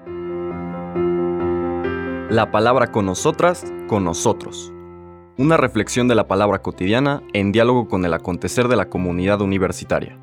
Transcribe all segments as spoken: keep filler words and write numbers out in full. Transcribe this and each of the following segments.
La palabra con nosotras, con nosotros. Una reflexión de la palabra cotidiana en diálogo con el acontecer de la comunidad universitaria.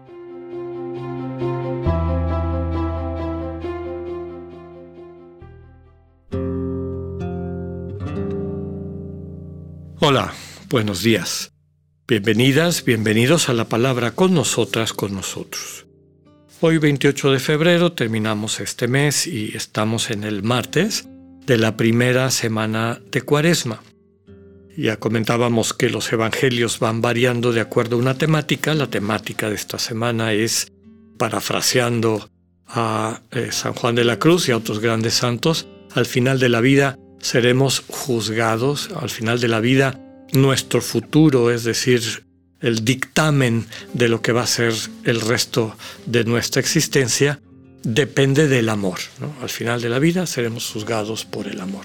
Hola, buenos días. Bienvenidas, bienvenidos a la palabra con nosotras, con nosotros. Hoy veintiocho de febrero terminamos este mes y estamos en el martes de la primera semana de Cuaresma. Ya comentábamos que los evangelios van variando de acuerdo a una temática. La temática de esta semana es, parafraseando a eh, San Juan de la Cruz y a otros grandes santos, al final de la vida seremos juzgados. Al final de la vida, nuestro futuro, es decir, el dictamen de lo que va a ser el resto de nuestra existencia, depende del amor, ¿no? Al final de la vida seremos juzgados por el amor.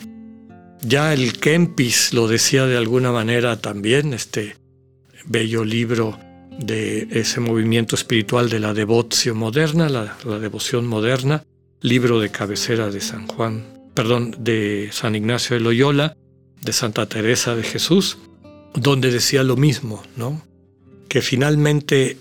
Ya el Kempis lo decía de alguna manera también, este bello libro de ese movimiento espiritual de la devoción moderna, la, la devoción moderna, libro de cabecera de San Juan, perdón, de San Ignacio de Loyola, de Santa Teresa de Jesús, donde decía lo mismo, ¿no? Que finalmente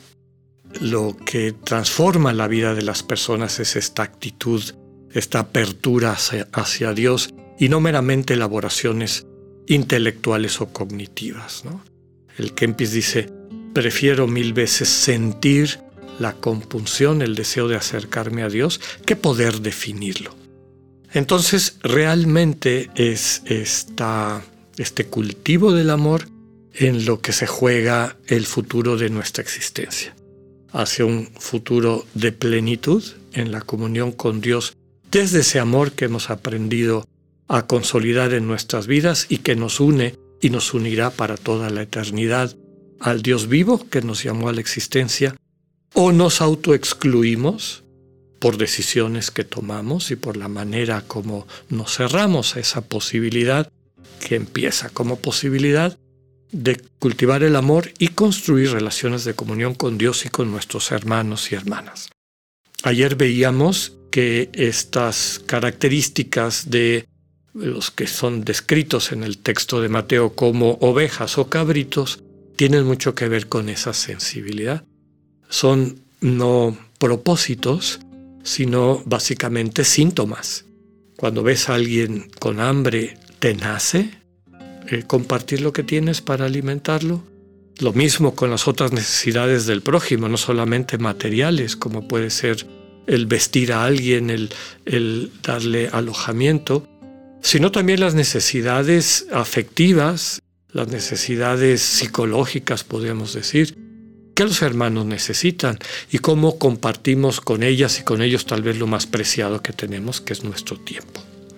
lo que transforma la vida de las personas es esta actitud, esta apertura hacia, hacia Dios, y no meramente elaboraciones intelectuales o cognitivas, ¿no? El Kempis dice: prefiero mil veces sentir la compunción, el deseo de acercarme a Dios, que poder definirlo. Entonces, realmente es esta, este cultivo del amor en lo que se juega el futuro de nuestra existencia, hacia un futuro de plenitud en la comunión con Dios, desde ese amor que hemos aprendido a consolidar en nuestras vidas y que nos une y nos unirá para toda la eternidad al Dios vivo que nos llamó a la existencia, o nos autoexcluimos por decisiones que tomamos y por la manera como nos cerramos a esa posibilidad que empieza como posibilidad de cultivar el amor y construir relaciones de comunión con Dios y con nuestros hermanos y hermanas. Ayer veíamos que estas características de los que son descritos en el texto de Mateo como ovejas o cabritos tienen mucho que ver con esa sensibilidad. Son no propósitos, sino básicamente síntomas. Cuando ves a alguien con hambre, ¿te nace eh, compartir lo que tienes para alimentarlo? Lo mismo con las otras necesidades del prójimo, no solamente materiales, como puede ser el vestir a alguien, el, el darle alojamiento, sino también las necesidades afectivas, las necesidades psicológicas, podríamos decir, que los hermanos necesitan y cómo compartimos con ellas y con ellos tal vez lo más preciado que tenemos, que es nuestro tiempo.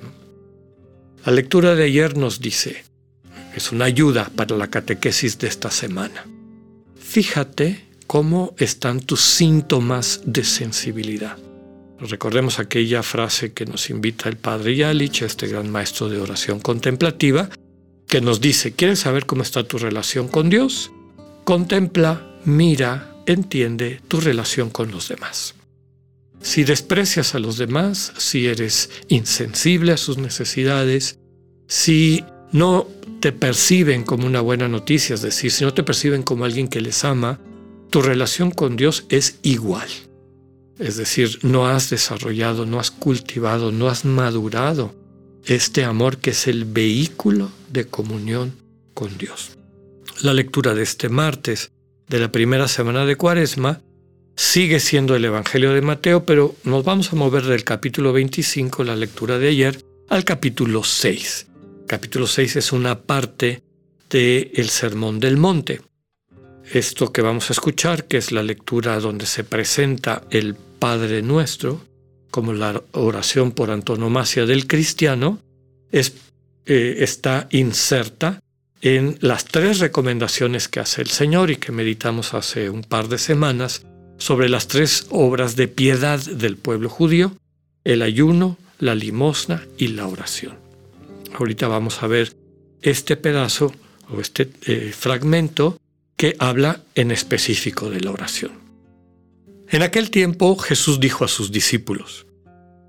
La lectura de ayer nos dice, es una ayuda para la catequesis de esta semana. Fíjate cómo están tus síntomas de sensibilidad. Recordemos aquella frase que nos invita el padre Yalich, este gran maestro de oración contemplativa, que nos dice: ¿quieres saber cómo está tu relación con Dios? Contempla, mira, entiende tu relación con los demás. Si desprecias a los demás, si eres insensible a sus necesidades, si no te perciben como una buena noticia, es decir, si no te perciben como alguien que les ama, tu relación con Dios es igual. Es decir, no has desarrollado, no has cultivado, no has madurado este amor que es el vehículo de comunión con Dios. La lectura de este martes de la primera semana de Cuaresma sigue siendo el Evangelio de Mateo, pero nos vamos a mover del capítulo veinticinco, la lectura de ayer, al capítulo seis. El capítulo seis es una parte del Sermón del Monte. Esto que vamos a escuchar, que es la lectura donde se presenta el Padre Nuestro, como la oración por antonomasia del cristiano, es, eh, está inserta en las tres recomendaciones que hace el Señor y que meditamos hace un par de semanas sobre las tres obras de piedad del pueblo judío: el ayuno, la limosna y la oración. Ahorita vamos a ver este pedazo o este eh, fragmento que habla en específico de la oración. En aquel tiempo Jesús dijo a sus discípulos: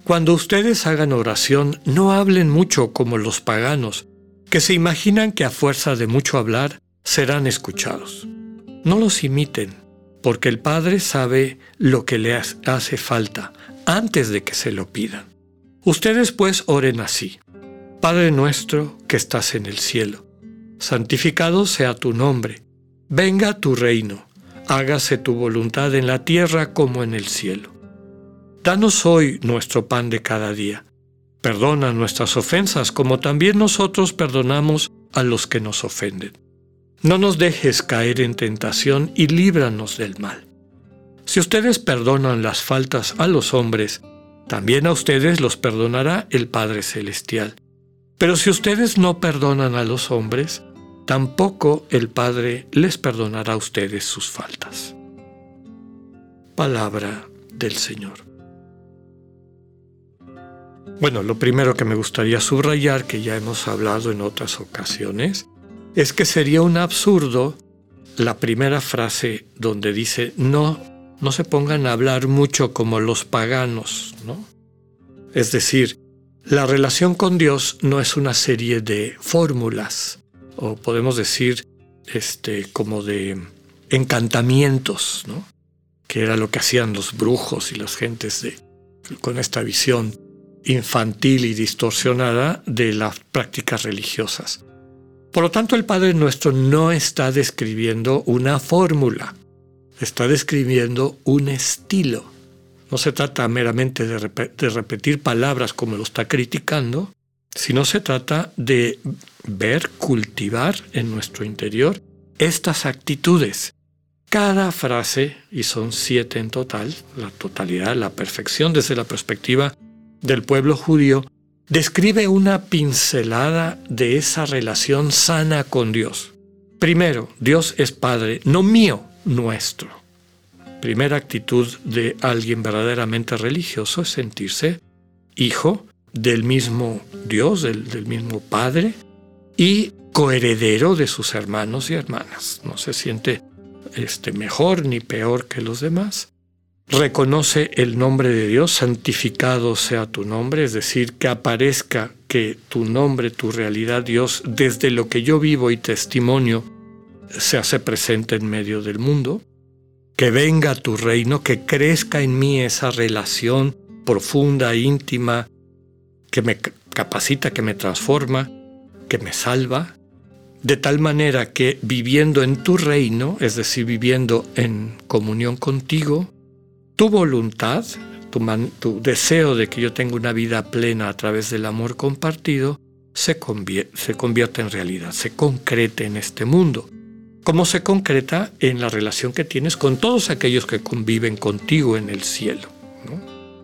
Cuando ustedes hagan oración, no hablen mucho como los paganos, que se imaginan que a fuerza de mucho hablar serán escuchados. No los imiten, porque el Padre sabe lo que le hace falta antes de que se lo pidan. Ustedes pues oren así: Padre nuestro que estás en el cielo, santificado sea tu nombre, venga tu reino, hágase tu voluntad en la tierra como en el cielo. Danos hoy nuestro pan de cada día. Perdona nuestras ofensas como también nosotros perdonamos a los que nos ofenden. No nos dejes caer en tentación y líbranos del mal. Si ustedes perdonan las faltas a los hombres, también a ustedes los perdonará el Padre Celestial. Pero si ustedes no perdonan a los hombres, tampoco el Padre les perdonará a ustedes sus faltas. Palabra del Señor. Bueno, lo primero que me gustaría subrayar, que ya hemos hablado en otras ocasiones, es que sería un absurdo la primera frase donde dice no, no se pongan a hablar mucho como los paganos, ¿no? Es decir, la relación con Dios no es una serie de fórmulas, o podemos decir este, como de encantamientos, ¿no? Que era lo que hacían los brujos y las gentes de, con esta visión infantil y distorsionada de las prácticas religiosas. Por lo tanto, el Padre Nuestro no está describiendo una fórmula, está describiendo un estilo. No se trata meramente de, rep- de repetir palabras como lo está criticando, sino se trata de ver, cultivar en nuestro interior estas actitudes. Cada frase, y son siete en total, la totalidad, la perfección desde la perspectiva del pueblo judío, describe una pincelada de esa relación sana con Dios. Primero, Dios es Padre, no mío, nuestro. Primera actitud de alguien verdaderamente religioso es sentirse hijo del mismo Dios, del, del mismo Padre, y coheredero de sus hermanos y hermanas. No se siente este, mejor ni peor que los demás. Reconoce el nombre de Dios, santificado sea tu nombre, es decir, que aparezca que tu nombre, tu realidad, Dios, desde lo que yo vivo y testimonio, se hace presente en medio del mundo. Que venga tu reino, que crezca en mí esa relación profunda, íntima, que me capacita, que me transforma, que me salva, de tal manera que viviendo en tu reino, es decir, viviendo en comunión contigo, tu voluntad, tu, man, tu deseo de que yo tenga una vida plena a través del amor compartido, se, convier- se convierta en realidad, se concrete en este mundo. ¿Cómo se concreta? En la relación que tienes con todos aquellos que conviven contigo en el cielo, ¿no?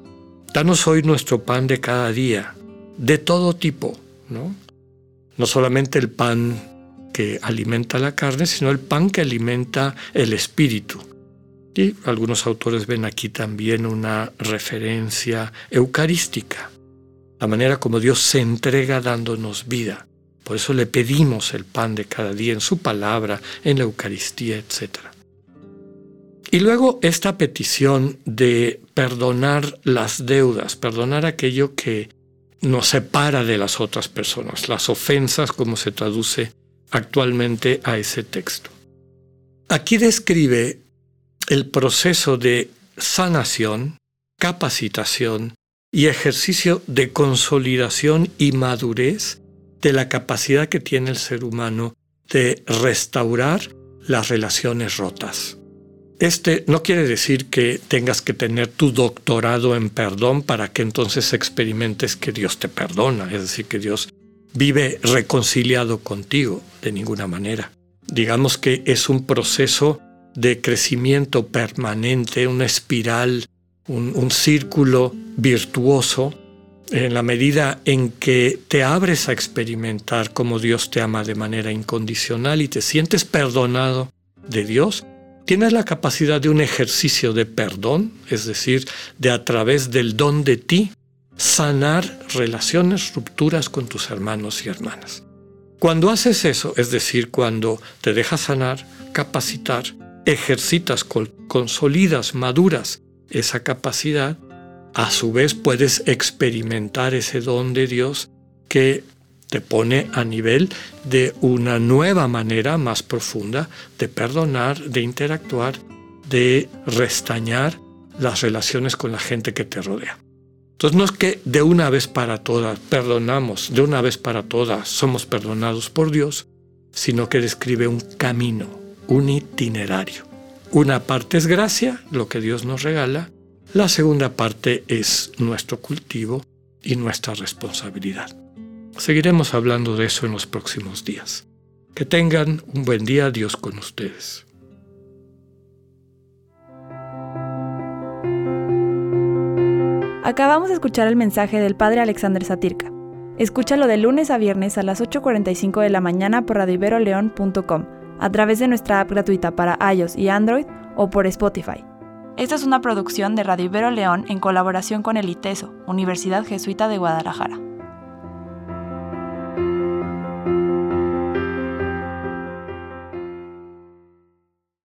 Danos hoy nuestro pan de cada día, de todo tipo, ¿no? No solamente el pan que alimenta la carne, sino el pan que alimenta el espíritu. Y algunos autores ven aquí también una referencia eucarística, la manera como Dios se entrega dándonos vida. Por eso le pedimos el pan de cada día en su palabra, en la Eucaristía, etcétera. Y luego esta petición de perdonar las deudas, perdonar aquello que nos separa de las otras personas, las ofensas, como se traduce actualmente a ese texto. Aquí describe el proceso de sanación, capacitación y ejercicio de consolidación y madurez de la capacidad que tiene el ser humano de restaurar las relaciones rotas. Este no quiere decir que tengas que tener tu doctorado en perdón para que entonces experimentes que Dios te perdona, es decir, que Dios vive reconciliado contigo, de ninguna manera. Digamos que es un proceso de crecimiento permanente, una espiral, un, un círculo virtuoso, en la medida en que te abres a experimentar cómo Dios te ama de manera incondicional y te sientes perdonado de Dios, tienes la capacidad de un ejercicio de perdón, es decir, de a través del don de ti, sanar relaciones, rupturas con tus hermanos y hermanas. Cuando haces eso, es decir, cuando te dejas sanar, capacitar, ejercitas, consolidas, maduras esa capacidad, a su vez puedes experimentar ese don de Dios que te pone a nivel de una nueva manera más profunda de perdonar, de interactuar, de restañar las relaciones con la gente que te rodea. Entonces no es que de una vez para todas perdonamos, de una vez para todas somos perdonados por Dios, sino que describe un camino, un itinerario. Una parte es gracia, lo que Dios nos regala. La segunda parte es nuestro cultivo y nuestra responsabilidad. Seguiremos hablando de eso en los próximos días. Que tengan un buen día, Dios con ustedes. Acabamos de escuchar el mensaje del Padre Alexander Satirka. Escúchalo de lunes a viernes a las ocho cuarenta y cinco de la mañana por radio ibero león punto com, a través de nuestra app gratuita para iOS y Android o por Spotify. Esta es una producción de Radio Ibero León en colaboración con el ITESO, Universidad Jesuita de Guadalajara.